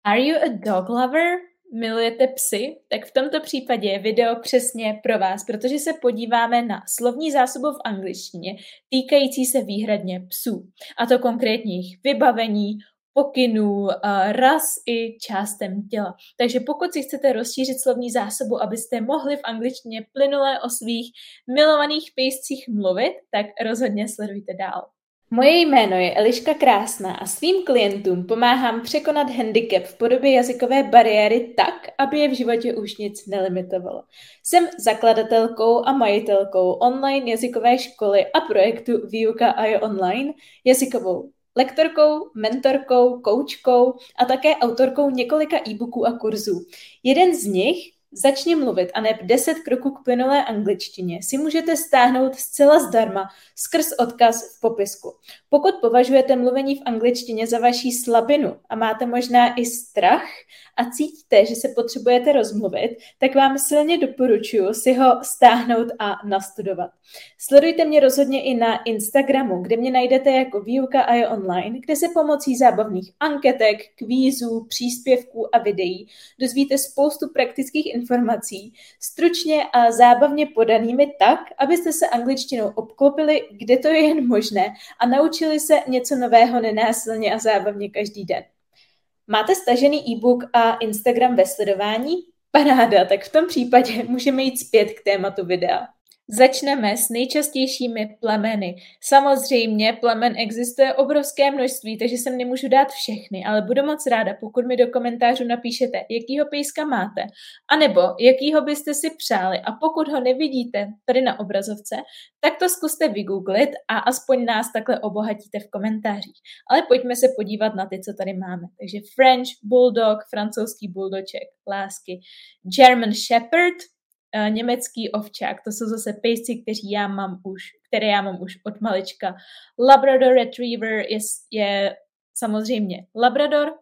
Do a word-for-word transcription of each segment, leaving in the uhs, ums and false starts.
Are you a dog lover? Milujete psy? Tak v tomto případě je video přesně pro vás, protože se podíváme na slovní zásobu v angličtině týkající se výhradně psů. A to konkrétně jejich vybavení, pokynů, ras i částem těla. Takže pokud si chcete rozšířit slovní zásobu, abyste mohli v angličtině plynule o svých milovaných pejscích mluvit, tak rozhodně sledujte dál. Moje jméno je Eliška Krásná a svým klientům pomáhám překonat handicap v podobě jazykové bariéry tak, aby je v životě už nic nelimitovalo. Jsem zakladatelkou a majitelkou online jazykové školy a projektu Výuka a je online, jazykovou lektorkou, mentorkou, koučkou a také autorkou několika e-booků a kurzů. Jeden z nich, Začni mluvit a neb deset kroků k plynulé angličtině, si můžete stáhnout zcela zdarma skrz odkaz v popisku. Pokud považujete mluvení v angličtině za vaší slabinu a máte možná i strach a cítíte, že se potřebujete rozmluvit, tak vám silně doporučuji si ho stáhnout a nastudovat. Sledujte mě rozhodně i na Instagramu, kde mě najdete jako Výuka a je online, kde se pomocí zábavných anketek, kvízů, příspěvků a videí dozvíte spoustu praktických informací, stručně a zábavně podanými tak, abyste se angličtinou obklopili, kde to je jen možné a naučili se něco nového nenásilně a zábavně každý den. Máte stažený e-book a Instagram ve sledování? Paráda, tak v tom případě můžeme jít zpět k tématu videa. Začneme s nejčastějšími plemeny. Samozřejmě plemen existuje obrovské množství, takže sem nemůžu dát všechny, ale budu moc ráda, pokud mi do komentářů napíšete, jakýho pejska máte, anebo jakýho byste si přáli a pokud ho nevidíte tady na obrazovce, tak to zkuste vygooglit a aspoň nás takhle obohatíte v komentářích. Ale pojďme se podívat na ty, co tady máme. Takže French Bulldog, francouzský buldoček, lásky, German Shepherd, Uh, německý ovčák, to jsou zase pejsci, kteří já mám už, které já mám už od malička. Labrador Retriever je, je samozřejmě Labrador.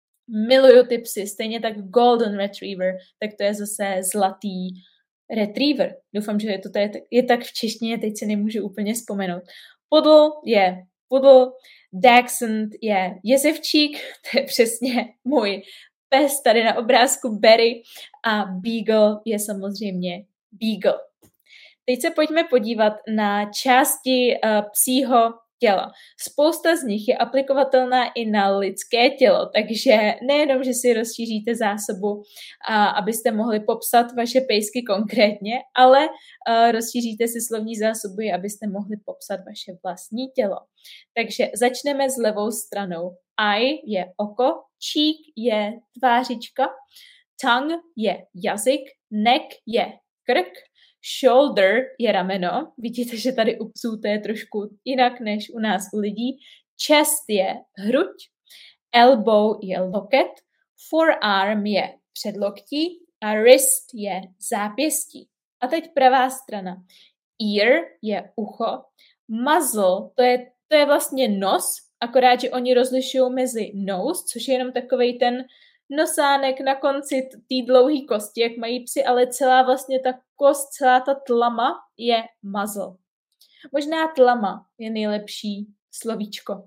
Miluju ty psy, stejně tak Golden Retriever, tak to je zase zlatý Retriever. Doufám, že je to tady, je tak v češtině, teď se nemůžu úplně vzpomenout. Poodle je Poodle, Dachshund je jezevčík, to je přesně můj pes tady na obrázku Berry a Beagle je samozřejmě Beagle. Teď se pojďme podívat na části uh, psího těla. Spousta z nich je aplikovatelná i na lidské tělo, takže nejenom, že si rozšíříte zásobu, a, abyste mohli popsat vaše pejsky konkrétně, ale uh, rozšíříte si slovní zásoby, abyste mohli popsat vaše vlastní tělo. Takže začneme s levou stranou. Eye je oko, cheek je tvářička, tongue je jazyk, neck je krk, shoulder je rameno. Vidíte, že tady u psů to je trošku jinak než u nás u lidí. Chest je hruď, elbow je loket, forearm je předloktí a wrist je zápěstí. A teď pravá strana. Ear je ucho, muzzle to je, to je vlastně nos, akorát, že oni rozlišují mezi nose, což je jenom takovej ten nosánek na konci té dlouhé kosti, jak mají psi, ale celá vlastně ta kost, celá ta tlama je muzzle. Možná tlama je nejlepší slovíčko.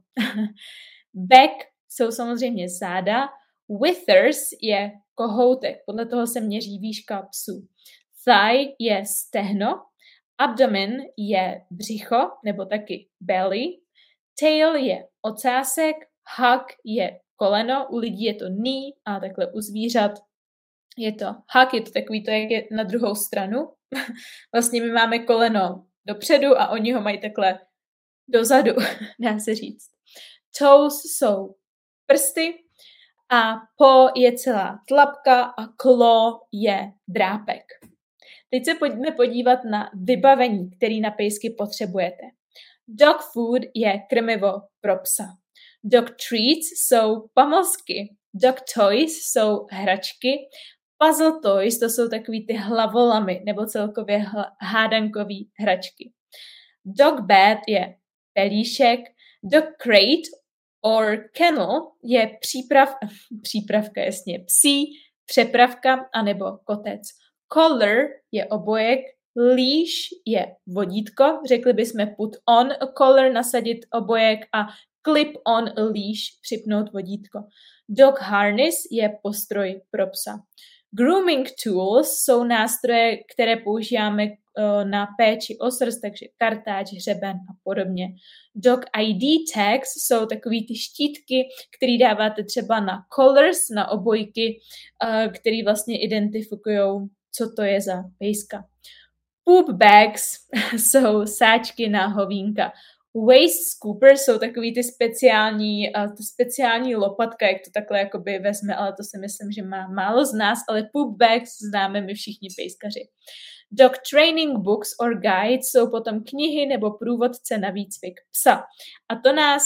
Back jsou samozřejmě záda, withers je kohoutek, podle toho se měří výška psů. Thigh je stehno, abdomen je břicho, nebo taky belly, tail je ocásek, hug je koleno, u lidí je to knee a takhle u zvířat je to hug, je to takový to, jak je na druhou stranu. Vlastně my máme koleno dopředu a oni ho mají takhle dozadu, dá se říct. Toes jsou prsty a paw je celá tlapka a claw je drápek. Teď se pojďme podívat na vybavení, který na pejsky potřebujete. Dog food je krmivo pro psa. Dog treats jsou pamlsky. Dog toys jsou hračky. Puzzle toys to jsou takový ty hlavolamy nebo celkově hádankový hračky. Dog bed je pelíšek. Dog crate or kennel je příprav, přípravka, jasně, psí, přepravka anebo kotec. Collar je obojek. Leash je vodítko, řekli bychom put on a collar, nasadit obojek a Clip on a leash, připnout vodítko. Dog harness je postroj pro psa. Grooming tools jsou nástroje, které používáme uh, na péči o srst, takže kartáč, hřeben a podobně. Dog I D tags jsou takový ty štítky, které dáváte třeba na collars, na obojky, uh, které vlastně identifikují, co to je za pejska. Poop bags jsou sáčky na hovínka. Waste scoopers jsou takový ty speciální, uh, to speciální lopatka, jak to takhle jakoby vezme, ale to si myslím, že má málo z nás, ale poop bags známe my všichni pejskaři. Dog training books or guides jsou potom knihy nebo průvodce na výcvik psa. A to nás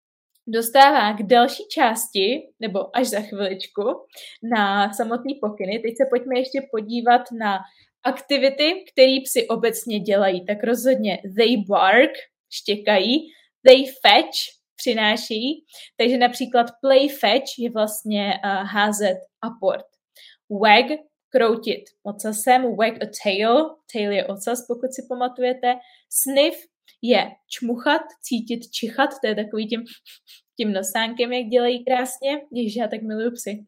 dostává k další části, nebo až za chviličku, na samotný pokyny. Teď se pojďme ještě podívat na aktivity, které psi obecně dělají. Tak rozhodně they bark, štěkají, they fetch, přinášejí, takže například play fetch je vlastně uh, házet aport. Wag, kroutit ocasem, wag a tail, tail je ocas, pokud si pamatujete. Sniff je čmuchat, cítit, čichat, to je takový tím, tím nosánkem, jak dělají krásně. Ježiš, já tak miluju psy.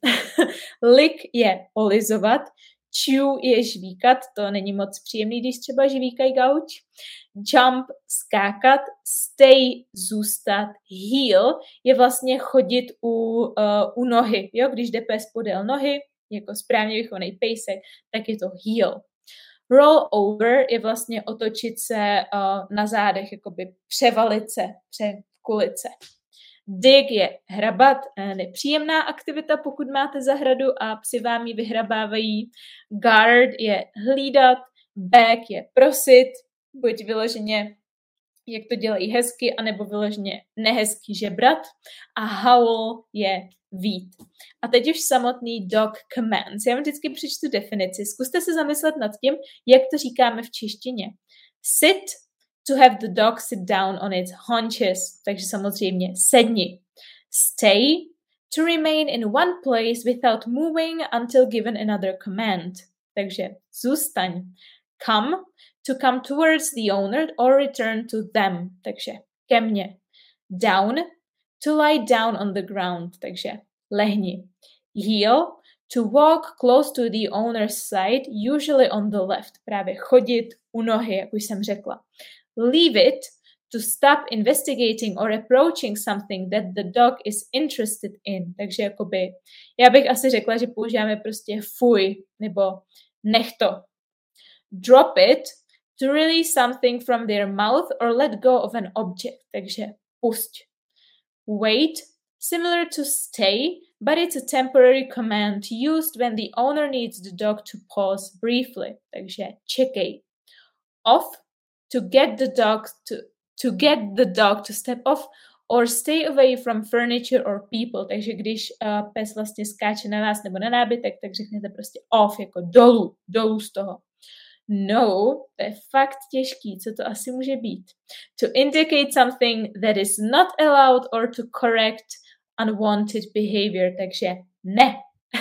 Lick je olizovat, chew je žvíkat, to není moc příjemný, když třeba žvíkají gauč. Jump, skákat, stay, zůstat, heel je vlastně chodit u, uh, u nohy, jo? Když jde pes podél nohy, jako správně vychovaný pejsek, tak je to heel. Roll over je vlastně otočit se uh, na zádech, jakoby převalit se, překulit se. Dig je hrabat, nepříjemná aktivita, pokud máte zahradu a psi vám ji vyhrabávají. Guard je hlídat, beg je prosit, buď vyloženě, jak to dělají hezky, anebo vyloženě nehezky žebrat. A howl je vít. A teď už samotný dog commands. Já vám vždycky přečtu definici. Zkuste se zamyslet nad tím, jak to říkáme v češtině. Sit, to have the dog sit down on its haunches, takže samozřejmě sedni. Stay, to remain in one place without moving until given another command, takže zůstaň. Come, to come towards the owner or return to them, takže ke mně. Down, to lie down on the ground, takže lehni. Heel, to walk close to the owner's side, usually on the left, právě chodit u nohy, jak už jsem řekla. Leave it, to stop investigating or approaching something that the dog is interested in. Takže jakoby, já bych asi řekla, že používáme prostě fuj, nebo nech to. Drop it, to release something from their mouth or let go of an object. Takže pusť. Wait, similar to stay, but it's a temporary command used when the owner needs the dog to pause briefly. Takže čekej. Off, to get the dog to, to get the dog to step off or stay away from furniture or people. Takže když uh, pes vlastně skáče na vás nebo na nábytek, tak řekněte prostě off, jako dolů, dolů z toho. No, to je fakt těžký, co to asi může být. To indicate something that is not allowed or to correct unwanted behavior. Takže ne.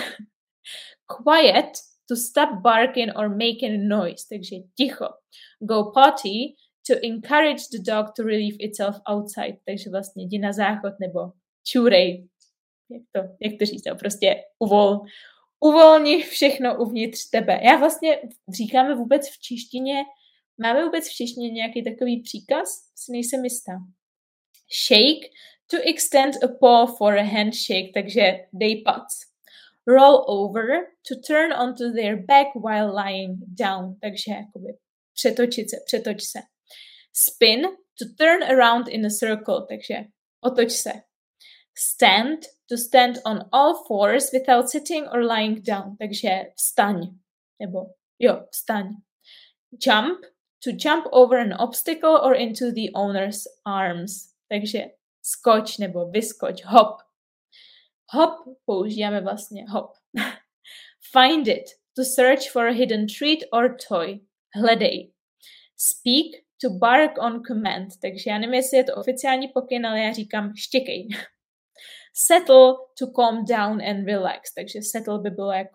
Quiet, to stop barking or making noise. Takže ticho. Go potty, to encourage the dog to relieve itself outside. Takže vlastně jdi na záchod nebo čurej. Jak to, jak to říct? Prostě uvol. Uvolni všechno uvnitř tebe. Já vlastně říkáme vůbec v češtině, máme vůbec v češtině nějaký takový příkaz? Si nejsem jistá. Shake, to extend a paw for a handshake, takže dej pac. Roll over, to turn onto their back while lying down, takže jakoby přetočit se, přetoč se. Spin, to turn around in a circle, takže otoč se. Stand, to stand on all fours without sitting or lying down, takže vstaň, nebo jo, vstaň. Jump, to jump over an obstacle or into the owner's arms, takže skoč nebo vyskoč, hop. Hop používáme vlastně hop. Find it, to search for a hidden treat or toy, hledej. Speak, to bark on command, takže já nevím, jestli je to oficiální pokyn, ale já říkám štěkej. Settle, to calm down and relax, takže settle by bylo jako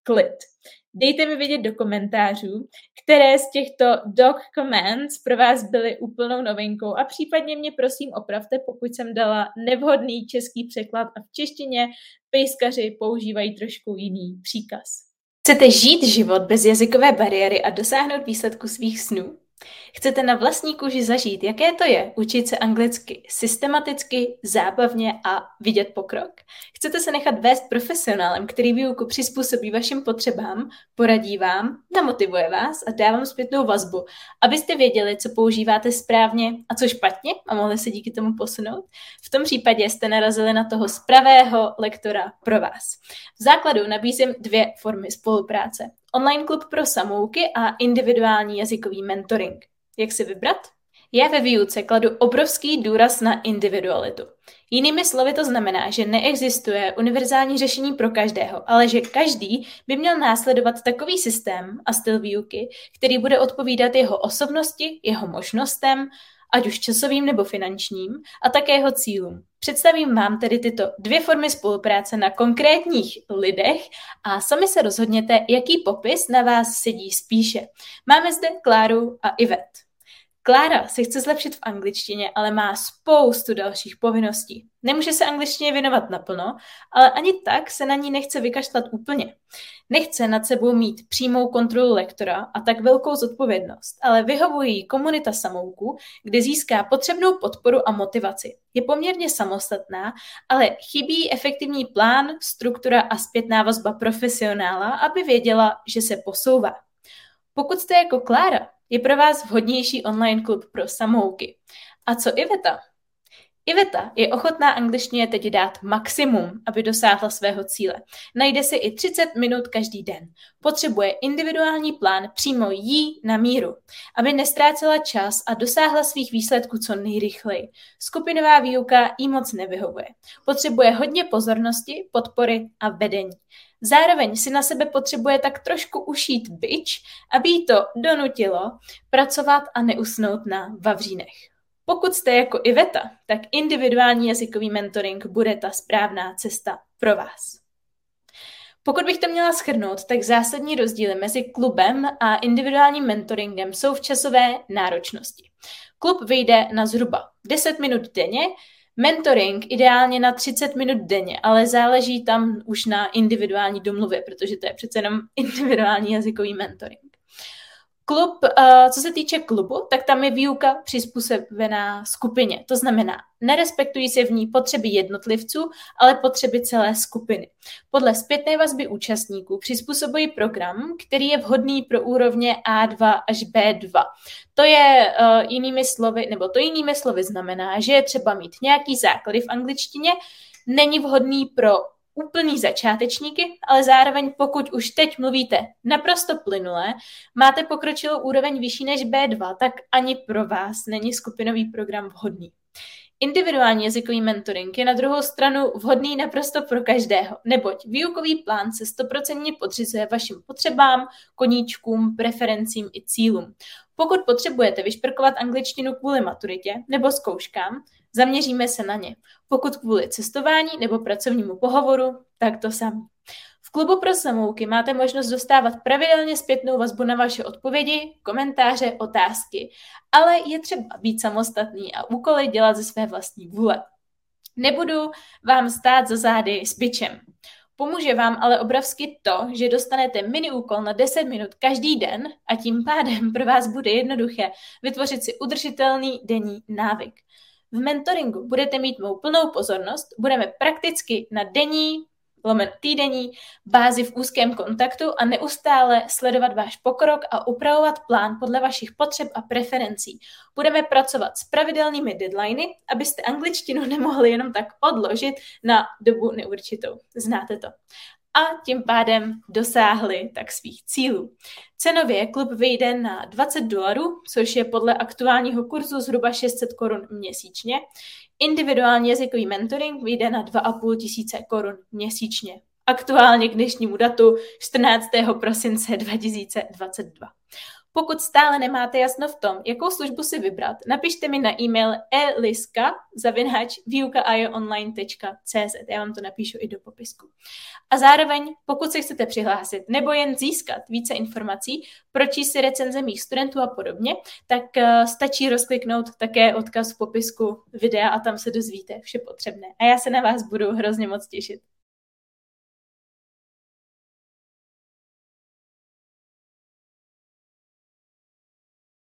klid. Dejte mi vědět do komentářů, které z těchto dog commands pro vás byly úplnou novinkou a případně mě prosím opravte, pokud jsem dala nevhodný český překlad a v češtině pejskaři používají trošku jiný příkaz. Chcete žít život bez jazykové bariéry a dosáhnout výsledku svých snů? Chcete na vlastní kůži zažít, jaké to je učit se anglicky systematicky, zábavně a vidět pokrok? Chcete se nechat vést profesionálem, který výuku přizpůsobí vašim potřebám, poradí vám, namotivuje vás a dá vám zpětnou vazbu, abyste věděli, co používáte správně a co špatně a mohli se díky tomu posunout? V tom případě jste narazili na toho spravého lektora pro vás. V základu nabízím dvě formy spolupráce. Online klub pro samouky a individuální jazykový mentoring. Jak si vybrat? Já ve výuce kladu obrovský důraz na individualitu. Jinými slovy to znamená, že neexistuje univerzální řešení pro každého, ale že každý by měl následovat takový systém a styl výuky, který bude odpovídat jeho osobnosti, jeho možnostem, ať už časovým nebo finančním, a také jeho cílům. Představím vám tedy tyto dvě formy spolupráce na konkrétních lidech a sami se rozhodněte, jaký popis na vás sedí spíše. Máme zde Kláru a Ivet. Klára se chce zlepšit v angličtině, ale má spoustu dalších povinností. Nemůže se angličtině věnovat naplno, ale ani tak se na ní nechce vykašlat úplně. Nechce nad sebou mít přímou kontrolu lektora a tak velkou zodpovědnost, ale vyhovuje jí komunita samouků, kde získá potřebnou podporu a motivaci. Je poměrně samostatná, ale chybí efektivní plán, struktura a zpětná vazba profesionála, aby věděla, že se posouvá. Pokud jste jako Klára, je pro vás vhodnější online klub pro samouky. A co Iveta? Iveta je ochotná angličtině teď dát maximum, aby dosáhla svého cíle. Najde si i třicet minut každý den. Potřebuje individuální plán přímo jí na míru, aby nestrácela čas a dosáhla svých výsledků co nejrychleji. Skupinová výuka jí moc nevyhovuje. Potřebuje hodně pozornosti, podpory a vedení. Zároveň si na sebe potřebuje tak trošku ušít bič, aby jí to donutilo pracovat a neusnout na vavřínech. Pokud jste jako Iveta, tak individuální jazykový mentoring bude ta správná cesta pro vás. Pokud bych to měla shrnout, tak zásadní rozdíly mezi klubem a individuálním mentoringem jsou v časové náročnosti. Klub vyjde na zhruba deset minut denně, mentoring ideálně na třicet minut denně, ale záleží tam už na individuální domluvě, protože to je přece jenom individuální jazykový mentoring. Klub, co se týče klubu, tak tam je výuka přizpůsobená skupině. To znamená, nerespektují se v ní potřeby jednotlivců, ale potřeby celé skupiny. Podle zpětné vazby účastníků přizpůsobují program, který je vhodný pro úrovně A dva až bé dva. To je uh, jinými slovy, nebo to jinými slovy znamená, že je třeba mít nějaký základy v angličtině, není vhodný pro úplný začátečníky, ale zároveň pokud už teď mluvíte naprosto plynule, máte pokročilou úroveň vyšší než bé dva, tak ani pro vás není skupinový program vhodný. Individuální jazykový mentoring je na druhou stranu vhodný naprosto pro každého, neboť výukový plán se stoprocentně podřizuje vašim potřebám, koníčkům, preferencím i cílům. Pokud potřebujete vyšperkovat angličtinu kvůli maturitě nebo zkouškám, zaměříme se na ně. Pokud kvůli cestování nebo pracovnímu pohovoru, tak to samé. V klubu pro samouky máte možnost dostávat pravidelně zpětnou vazbu na vaše odpovědi, komentáře, otázky, ale je třeba být samostatný a úkoly dělat ze své vlastní vůle. Nebudu vám stát za zády s bičem. Pomůže vám ale obrovsky to, že dostanete mini úkol na deset minut každý den a tím pádem pro vás bude jednoduché vytvořit si udržitelný denní návyk. V mentoringu budete mít mou plnou pozornost, budeme prakticky na denní, lomen týdenní bázi v úzkém kontaktu a neustále sledovat váš pokrok a upravovat plán podle vašich potřeb a preferencí. Budeme pracovat s pravidelnými deadliny, abyste angličtinu nemohli jenom tak odložit na dobu neurčitou. Znáte to. A tím pádem dosáhli tak svých cílů. Cenově klub vyjde na dvacet dolarů, což je podle aktuálního kurzu zhruba šest set korun měsíčně. Individuální jazykový mentoring vyjde na dva a půl tisíce korun měsíčně. Aktuálně k dnešnímu datu čtrnáctého prosince dva tisíce dvacet dva. Pokud stále nemáte jasno v tom, jakou službu si vybrat, napište mi na e-mail eliska zavináč výuka a j online tečka c z. Já vám to napíšu i do popisku. A zároveň, pokud se chcete přihlásit nebo jen získat více informací, pročíst si recenze mých studentů a podobně, tak uh, stačí rozkliknout také odkaz v popisku videa a tam se dozvíte vše potřebné. A já se na vás budu hrozně moc těšit.